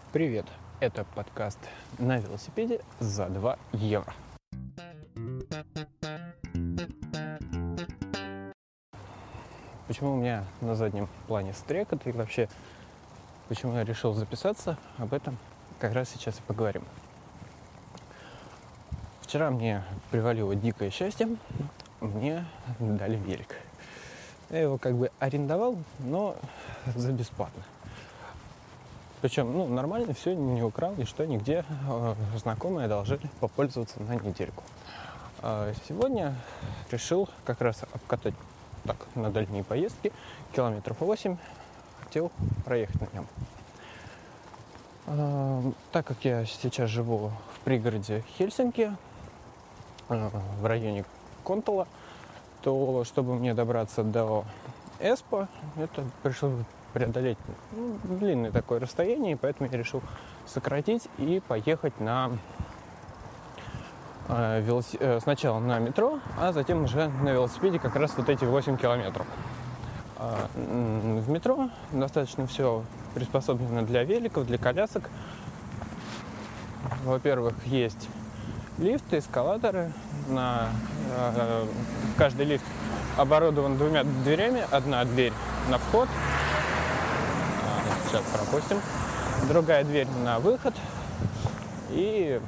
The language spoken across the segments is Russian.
Привет, это подкаст «На велосипеде за 2 евро». Почему у меня на заднем плане стрекот и вообще почему я решил записаться, об этом как раз сейчас и поговорим. Вчера мне привалило дикое счастье, мне дали велик. Я его как бы арендовал, но за бесплатно. Причем, нормально, все, не украл, ничто, нигде. Знакомые одолжили попользоваться на недельку. Сегодня решил как раз обкатать так на дальние поездки, километров 8, хотел проехать на нем. Так как я сейчас живу в пригороде Хельсинки, в районе Контула, то чтобы мне добраться до Эспо, это пришлось преодолеть длинное такое расстояние, поэтому я решил сократить и поехать сначала на метро, а затем уже на велосипеде как раз вот эти 8 километров. В метро достаточно все приспособлено для великов, для колясок. Во-первых, есть лифты, эскалаторы. Каждый лифт оборудован 2 дверями. Одна дверь на вход. Сейчас пропустим. Другая дверь на выход. И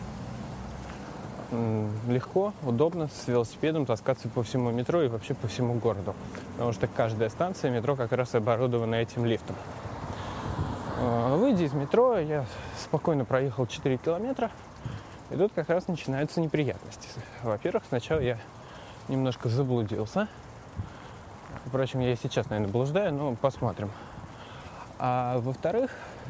легко, удобно с велосипедом таскаться по всему метро и вообще по всему городу. Потому что каждая станция метро как раз оборудована этим лифтом. Выйдя из метро, я спокойно проехал 4 километра. И тут как раз начинаются неприятности. Во-первых, сначала я немножко заблудился. Впрочем, я и сейчас, наверное, блуждаю, но посмотрим. А во-вторых,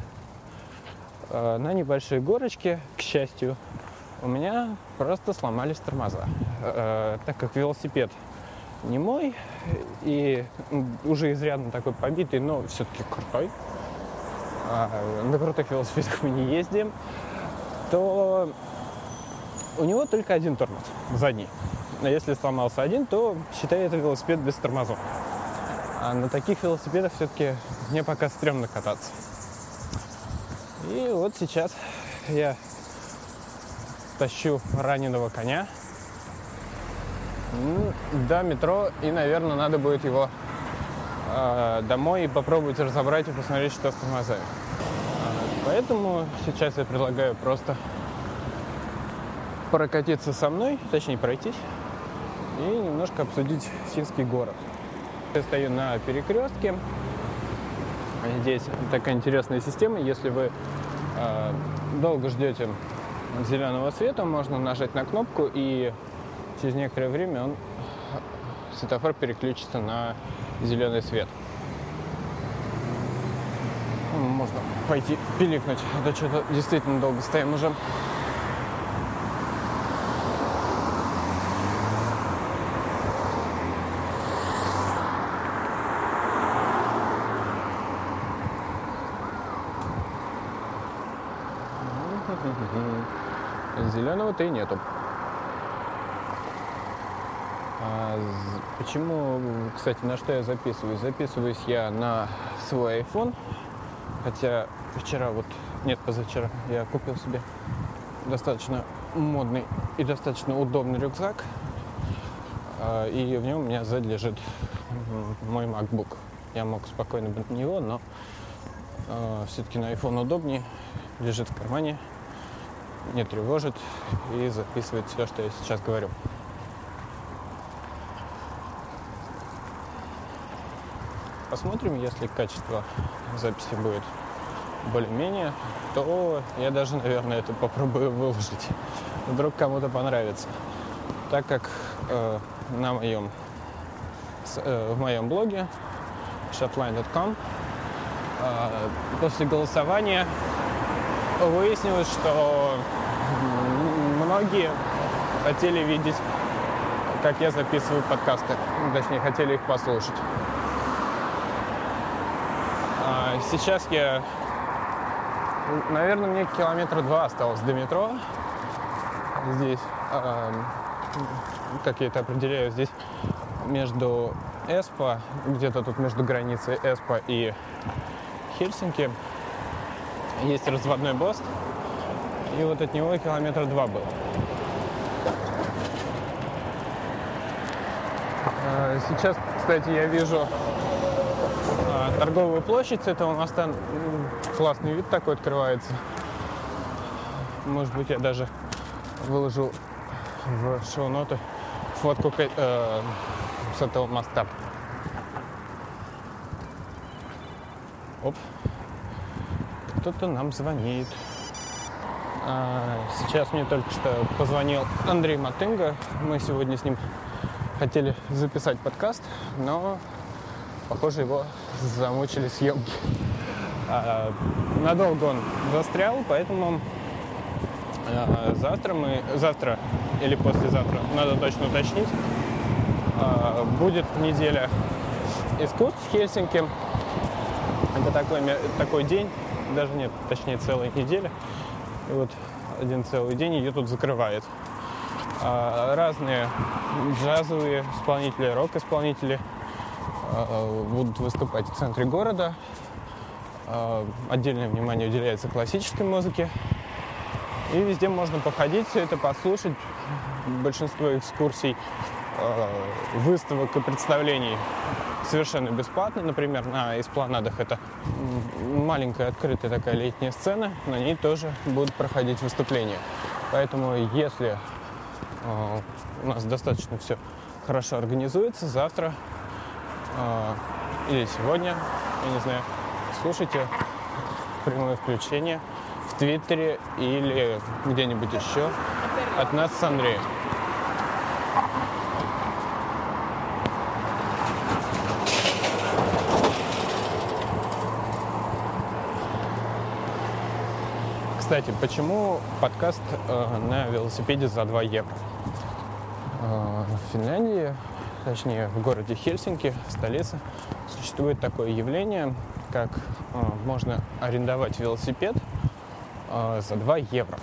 на небольшой горочке, к счастью, у меня просто сломались тормоза. Так как велосипед не мой и уже изрядно такой побитый, но все-таки крутой, на крутых велосипедах мы не ездим, то у него только один тормоз, задний. А если сломался один, то считай это велосипед без тормозов. А на таких велосипедах все-таки мне пока стрёмно кататься. И вот сейчас я тащу раненого коня до метро, и, наверное, надо будет его домой и попробовать разобрать и посмотреть, что с тормозами. Поэтому сейчас я предлагаю просто прокатиться со мной, точнее пройтись, и немножко обсудить финский город. Я стою на перекрестке. Здесь такая интересная система. Если вы долго ждете зеленого света, можно нажать на кнопку, и через некоторое время светофор переключится на зеленый свет. Можно пойти пиликнуть, а то что-то действительно долго стоим уже. Зеленого-то и нету. Почему, кстати, на что я записываюсь? Записываюсь я на свой iPhone. Хотя позавчера я купил себе достаточно модный и достаточно удобный рюкзак. И в нем у меня сзади лежит мой MacBook. Я мог спокойно быть на него, но все-таки на iPhone удобнее. Лежит в кармане, не тревожит и записывает все, что я сейчас говорю. Посмотрим, если качество записи будет более-менее, то я даже, наверное, это попробую выложить. Вдруг кому-то понравится. Так как в моем блоге shotline.com после голосования выяснилось, что многие хотели видеть, как я записываю подкасты. Точнее, хотели их послушать. Сейчас наверное, мне километра 2 осталось до метро. Здесь, как я это определяю, здесь между Эспо, где-то тут между границей Эспо и Хельсинки, есть разводной мост, и вот от него километра 2 было. Сейчас, кстати, я вижу торговую площадь с этого моста. Классный вид такой открывается. Может быть, я даже выложу в шоу-ноты фотку с этого моста. Оп. Кто-то нам звонит. Сейчас мне только что позвонил Андрей Матынга. Мы сегодня с ним хотели записать подкаст, но, похоже, его замучили съемки. Надолго он застрял, поэтому завтра или послезавтра, надо точно уточнить, будет неделя искусств в Хельсинки. Это такой день, даже нет, точнее целая неделя. И вот один целый день ее тут закрывает. Разные джазовые исполнители, рок-исполнители будут выступать в центре города. Отдельное внимание уделяется классической музыке. И везде можно походить, все это послушать. Большинство экскурсий, выставок и представлений совершенно бесплатно. Например, на эспланадах это маленькая открытая такая летняя сцена, на ней тоже будут проходить выступления. Поэтому если у нас достаточно все хорошо организуется, завтра или сегодня, я не знаю, слушайте прямое включение в Твиттере или где-нибудь еще от нас с Андреем. Кстати, почему подкаст на велосипеде за 2 евро? В Финляндии, точнее в городе Хельсинки, столице, существует такое явление, как можно арендовать велосипед за 2 евро.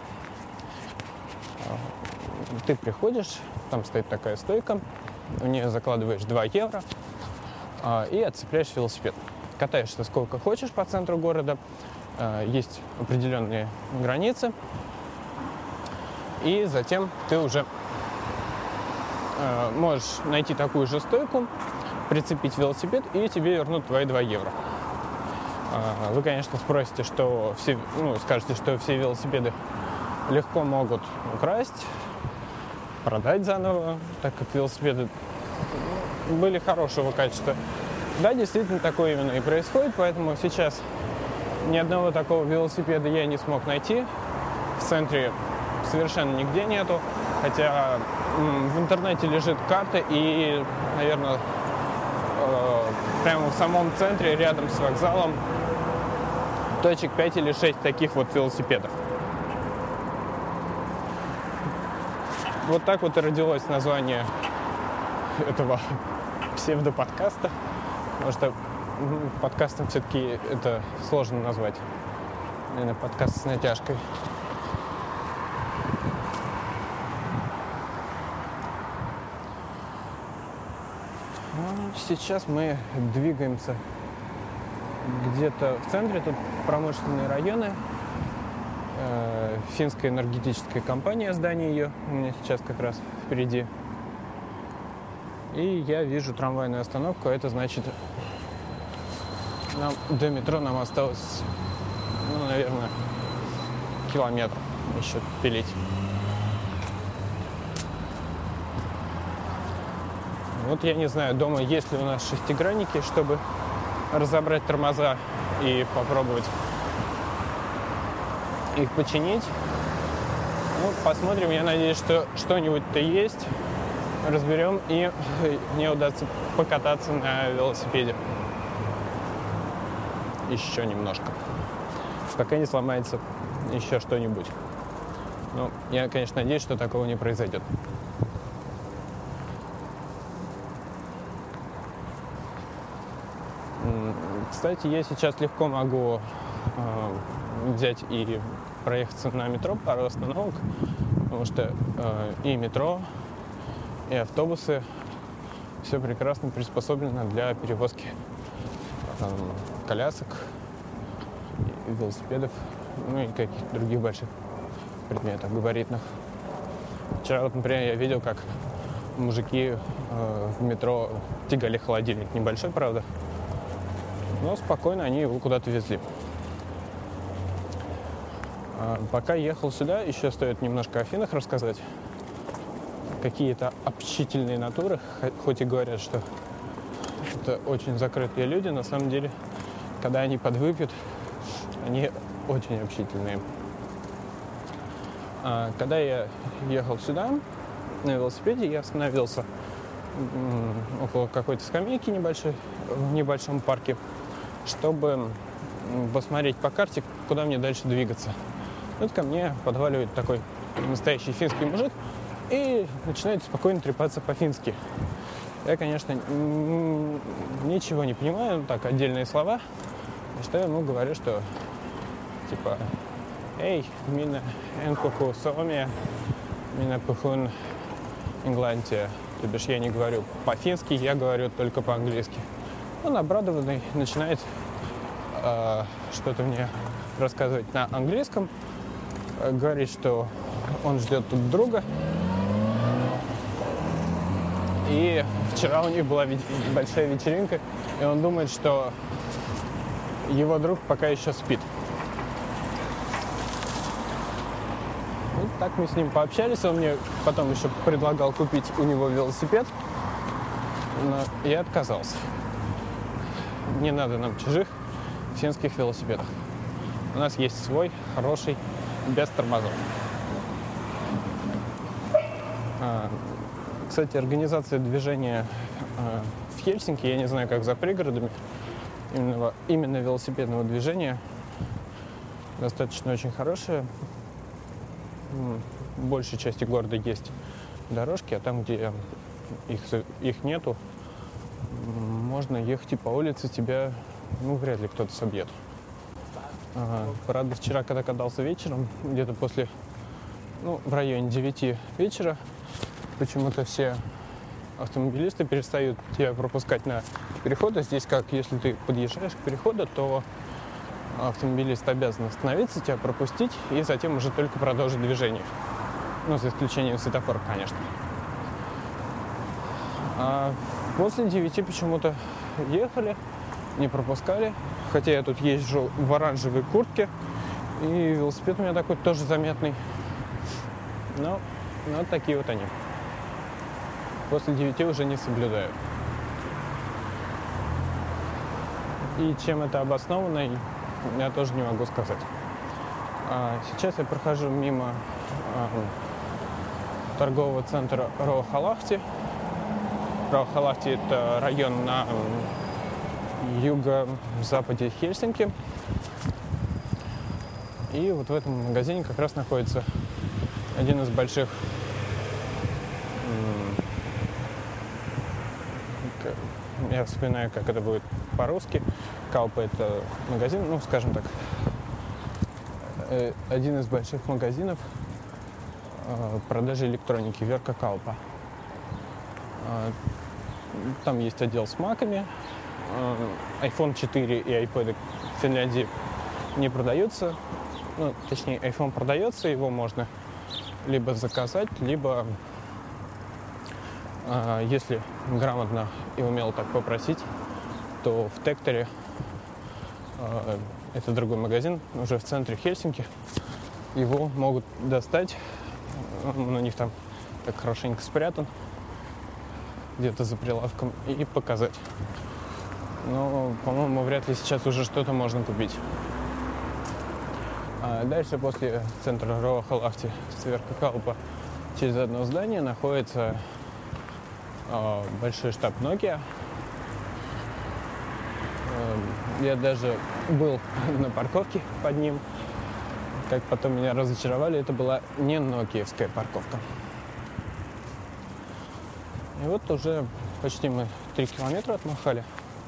Ты приходишь, там стоит такая стойка, в нее закладываешь 2 евро и отцепляешь велосипед. Катаешься сколько хочешь по центру города, есть определенные границы, и затем ты уже можешь найти такую же стойку, прицепить велосипед, и тебе вернут твои 2 евро. Вы, конечно, спросите, скажете, что все велосипеды легко могут украсть, продать заново, так как велосипеды были хорошего качества. Да, действительно, такое именно и происходит, поэтому сейчас ни одного такого велосипеда я не смог найти. В центре совершенно нигде нету, хотя в интернете лежит карта, и, наверное, прямо в самом центре, рядом с вокзалом, точек 5 или 6 таких вот велосипедов. Вот так вот и родилось название этого псевдоподкаста, потому что подкастом все-таки это сложно назвать. Наверное, подкаст с натяжкой. Сейчас мы двигаемся где-то в центре, тут промышленные районы. Финская энергетическая компания, здание ее у меня сейчас как раз впереди. И я вижу трамвайную остановку, это значит, до метро нам осталось, наверное, километр еще пилить. Вот я не знаю, дома есть ли у нас шестигранники, чтобы разобрать тормоза и попробовать их починить. Посмотрим, я надеюсь, что что-нибудь-то есть. Разберем, и мне удастся покататься на велосипеде еще немножко, пока не сломается еще что-нибудь. Я, конечно, надеюсь, что такого не произойдет. Кстати, я сейчас легко могу взять и проехаться на метро, пару остановок, потому что и метро, и автобусы все прекрасно приспособлено для перевозки колясок, велосипедов, ну и каких-то других больших предметов габаритных. Вчера вот, например, я видел, как мужики в метро тягали холодильник. Небольшой, правда, но спокойно они его куда-то везли. Пока ехал сюда, еще стоит немножко о Афинах рассказать. Какие-то общительные натуры, хоть и говорят, что это очень закрытые люди, на самом деле, когда они подвыпьют, они очень общительные. Когда я ехал сюда на велосипеде, я остановился около какой-то скамейки небольшой, в небольшом парке, чтобы посмотреть по карте, куда мне дальше двигаться. Тут ко мне подваливает такой настоящий финский мужик и начинает спокойно трепаться по-фински. Я, конечно, ничего не понимаю, так, отдельные слова, что я ему говорю, что типа «Эй, мина энкуху Suomea, мина пухун Ингландия». То бишь я не говорю по-фински, я говорю только по-английски. Он обрадованный начинает что-то мне рассказывать на английском, говорит, что он ждет тут друга. И вчера у них была большая вечеринка, и он думает, что его друг пока еще спит. Вот так мы с ним пообщались, он мне потом еще предлагал купить у него велосипед, но я отказался. Не надо нам чужих финских велосипедов. У нас есть свой, хороший, без тормозов. Кстати, организация движения в Хельсинки, я не знаю, как за пригородами, именно велосипедного движения, достаточно очень хорошая. В большей части города есть дорожки, а там, где их нету, можно ехать и по улице, тебя, вряд ли кто-то собьет. Правда, вчера, когда катался вечером, где-то после, в районе 9 вечера, почему-то все автомобилисты перестают тебя пропускать на переходы. Здесь как, если ты подъезжаешь к переходу, то автомобилист обязан остановиться, тебя пропустить и затем уже только продолжить движение. За исключением светофора, конечно. А после 9 почему-то ехали, не пропускали. Хотя я тут езжу в оранжевой куртке, и велосипед у меня такой тоже заметный. Но вот такие вот они. После 9 уже не соблюдаю. И чем это обосновано, я тоже не могу сказать. Сейчас я прохожу мимо торгового центра Руохалахти. Руохалахти – это район на юго-западе Хельсинки. И вот в этом магазине как раз находится один из больших я вспоминаю, как это будет по-русски. Калпа – это магазин, скажем так, один из больших магазинов продажи электроники, Верка Калпа. Там есть отдел с маками. iPhone 4 и iPad в Финляндии не продаются. Точнее, iPhone продается, его можно либо заказать, либо, если грамотно и умело так попросить, то в Текторе, это другой магазин, уже в центре Хельсинки, его могут достать. Он у них там так хорошенько спрятан где-то за прилавком и показать. Но, по-моему, вряд ли сейчас уже что-то можно купить. А дальше, после центра Руохалахти, Верка Калпа, через одно здание находится большой штаб Nokia. Я даже был на парковке под ним. Как потом меня разочаровали, это была не нокиевская парковка. И вот уже почти мы 3 километра отмахали.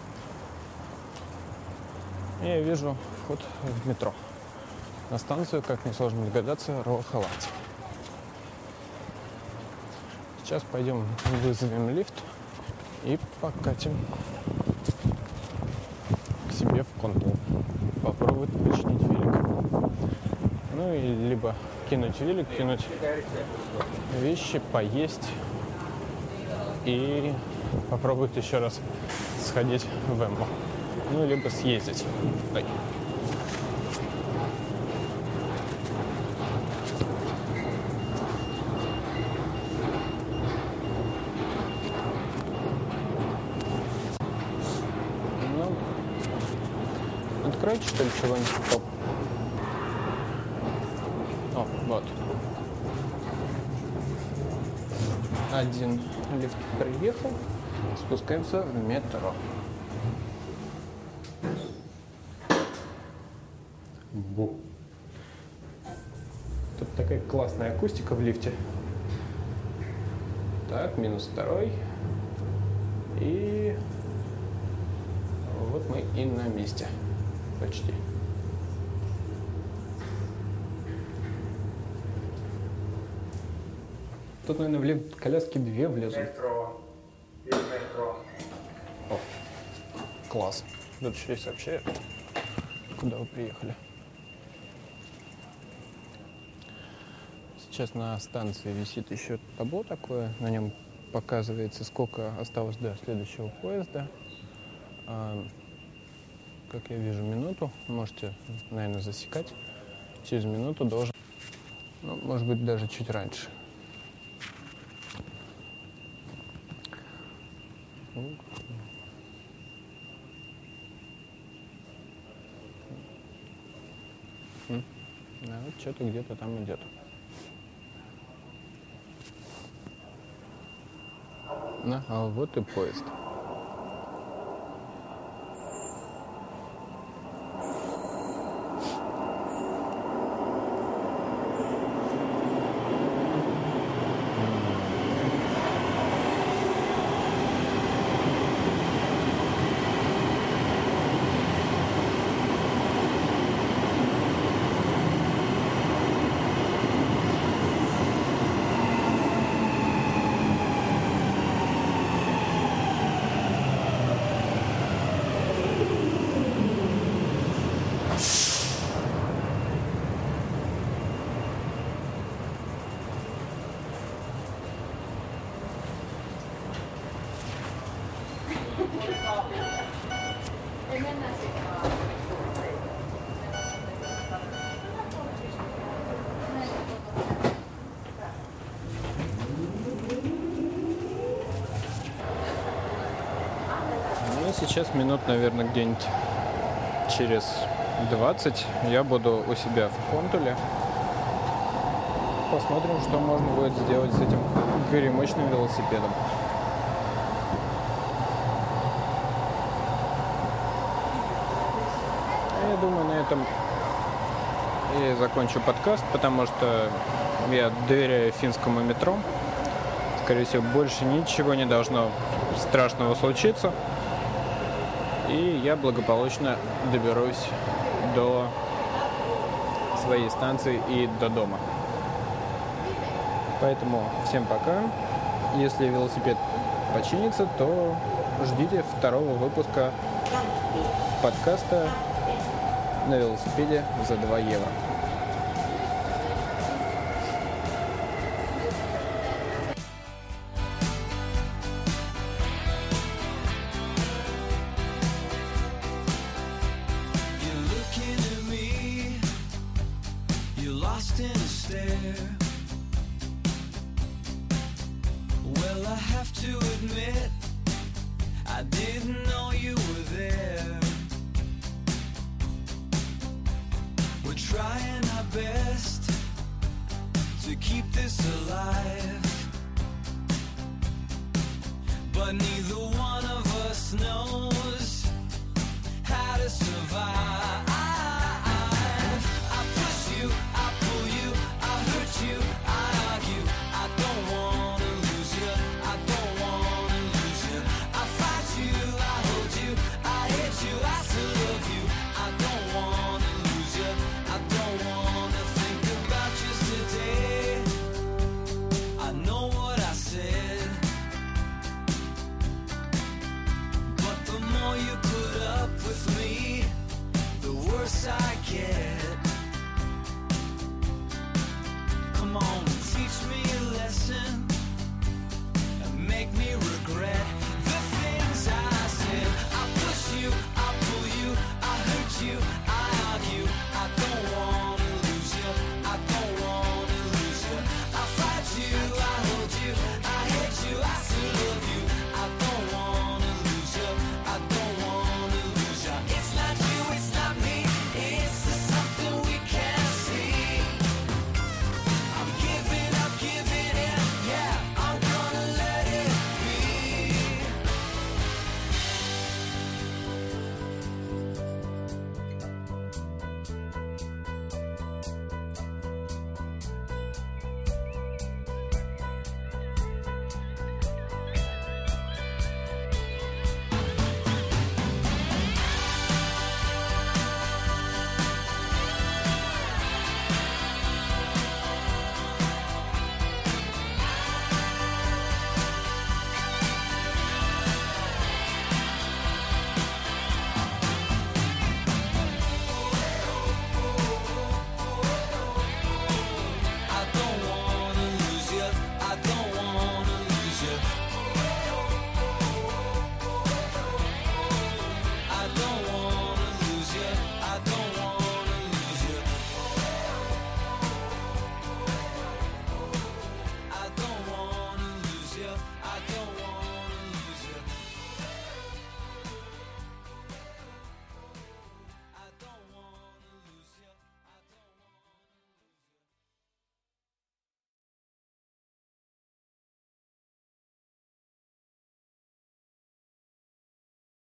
И я вижу вход в метро. На станцию, как несложно догадаться, Руохалахти. Сейчас пойдем вызовем лифт и покатим к себе в контур. Попробовать починить велик. Ну и либо кинуть велик, кинуть вещи, поесть и попробовать еще раз сходить в Эмму. Ну, либо съездить. Ой. Ну, откройте, что ли, чего-нибудь. Топ. О, вот. Один лифт приехал. Спускаемся в метро. Бу. Тут такая классная акустика в лифте. Так, -2. И вот мы и на месте. Почти. Тут, наверное, в лифт коляски 2 влезут. Метро. Есть метро. О, класс. Тут еще и сообщают, куда вы приехали. Сейчас на станции висит еще табло такое. На нем показывается, сколько осталось до следующего поезда. Как я вижу, минуту. Можете, наверное, засекать. Через минуту должен... Ну, может быть, даже чуть раньше. Да, вот что-то где-то там идет. А вот и поезд. Ну, сейчас минут, наверное, где-нибудь через 20 я буду у себя в Контуле. Посмотрим, что можно будет сделать с этим горемычным велосипедом. Я думаю, на этом я закончу подкаст, потому что я доверяю финскому метро. Скорее всего, больше ничего не должно страшного случиться. И я благополучно доберусь до своей станции и до дома. Поэтому всем пока. Если велосипед починится, то ждите второго выпуска подкаста на велосипеде за 2 евро. Lost in a stare. Well, I have to admit, I didn't know you were there. We're trying our best to keep this alive, but neither one of us knows how to survive.